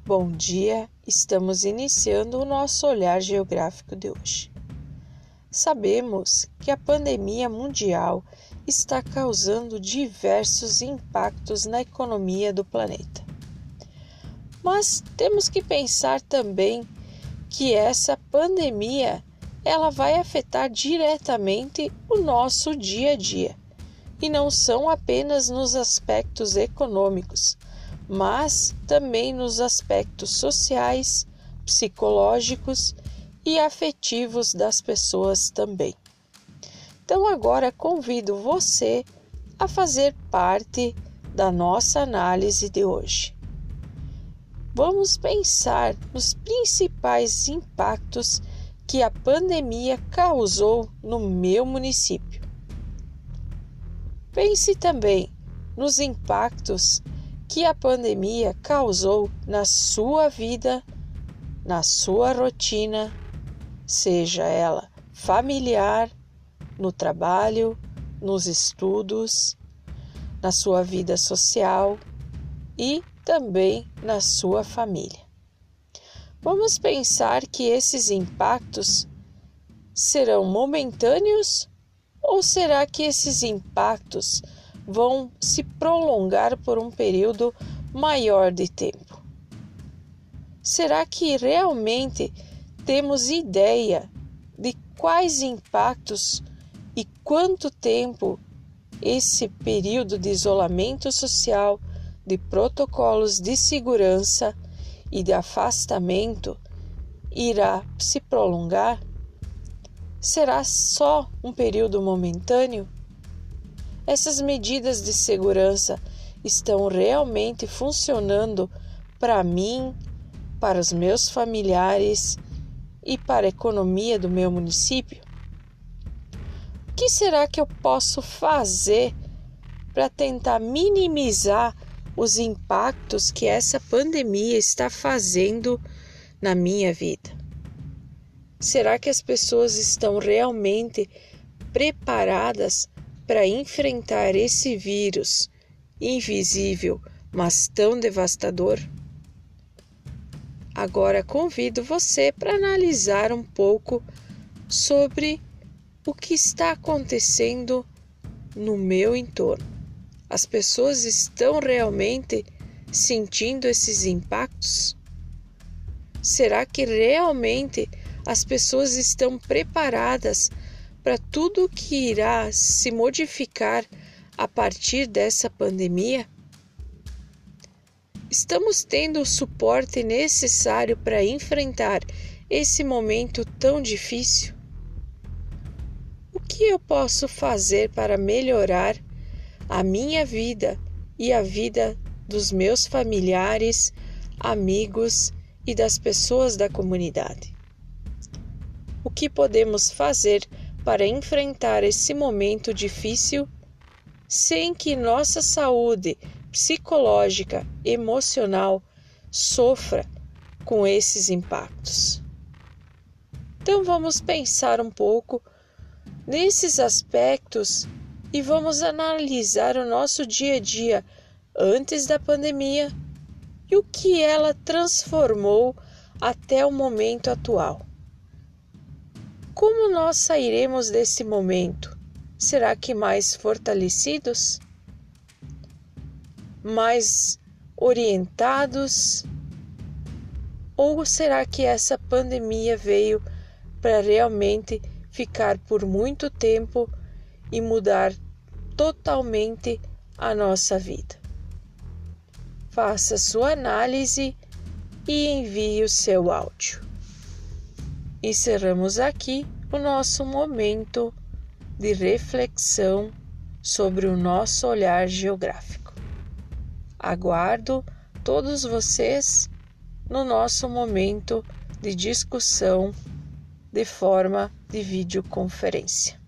Bom dia, estamos iniciando o nosso olhar geográfico de hoje. Sabemos que a pandemia mundial está causando diversos impactos na economia do planeta. Mas temos que pensar também que essa pandemia ela vai afetar diretamente o nosso dia a dia. E não são apenas nos aspectos econômicos, mas também nos aspectos sociais, psicológicos e afetivos das pessoas também. Então agora convido você a fazer parte da nossa análise de hoje. Vamos pensar nos principais impactos que a pandemia causou no meu município. Pense também nos impactos que a pandemia causou na sua vida, na sua rotina, seja ela familiar, no trabalho, nos estudos, na sua vida social e também na sua família. Vamos pensar que esses impactos serão momentâneos ou será que esses impactos vão se prolongar por um período maior de tempo? Será que realmente temos ideia de quais impactos e quanto tempo esse período de isolamento social, de protocolos de segurança e de afastamento irá se prolongar? Será só um período momentâneo? Essas medidas de segurança estão realmente funcionando para mim, para os meus familiares e para a economia do meu município? O que será que eu posso fazer para tentar minimizar os impactos que essa pandemia está fazendo na minha vida? Será que as pessoas estão realmente preparadas para enfrentar esse vírus invisível, mas tão devastador? Agora convido você para analisar um pouco sobre o que está acontecendo no meu entorno. As pessoas estão realmente sentindo esses impactos? Será que realmente as pessoas estão preparadas para tudo que irá se modificar a partir dessa pandemia? Estamos tendo o suporte necessário para enfrentar esse momento tão difícil? O que eu posso fazer para melhorar a minha vida e a vida dos meus familiares, amigos e das pessoas da comunidade? O que podemos fazer para enfrentar esse momento difícil sem que nossa saúde psicológica, emocional sofra com esses impactos? Então vamos pensar um pouco nesses aspectos e vamos analisar o nosso dia a dia antes da pandemia e o que ela transformou até o momento atual. Como nós sairemos desse momento? Será que mais fortalecidos? Mais orientados? Ou será que essa pandemia veio para realmente ficar por muito tempo e mudar totalmente a nossa vida? Faça sua análise e envie o seu áudio. Encerramos aqui o nosso momento de reflexão sobre o nosso olhar geográfico. Aguardo todos vocês no nosso momento de discussão de forma de videoconferência.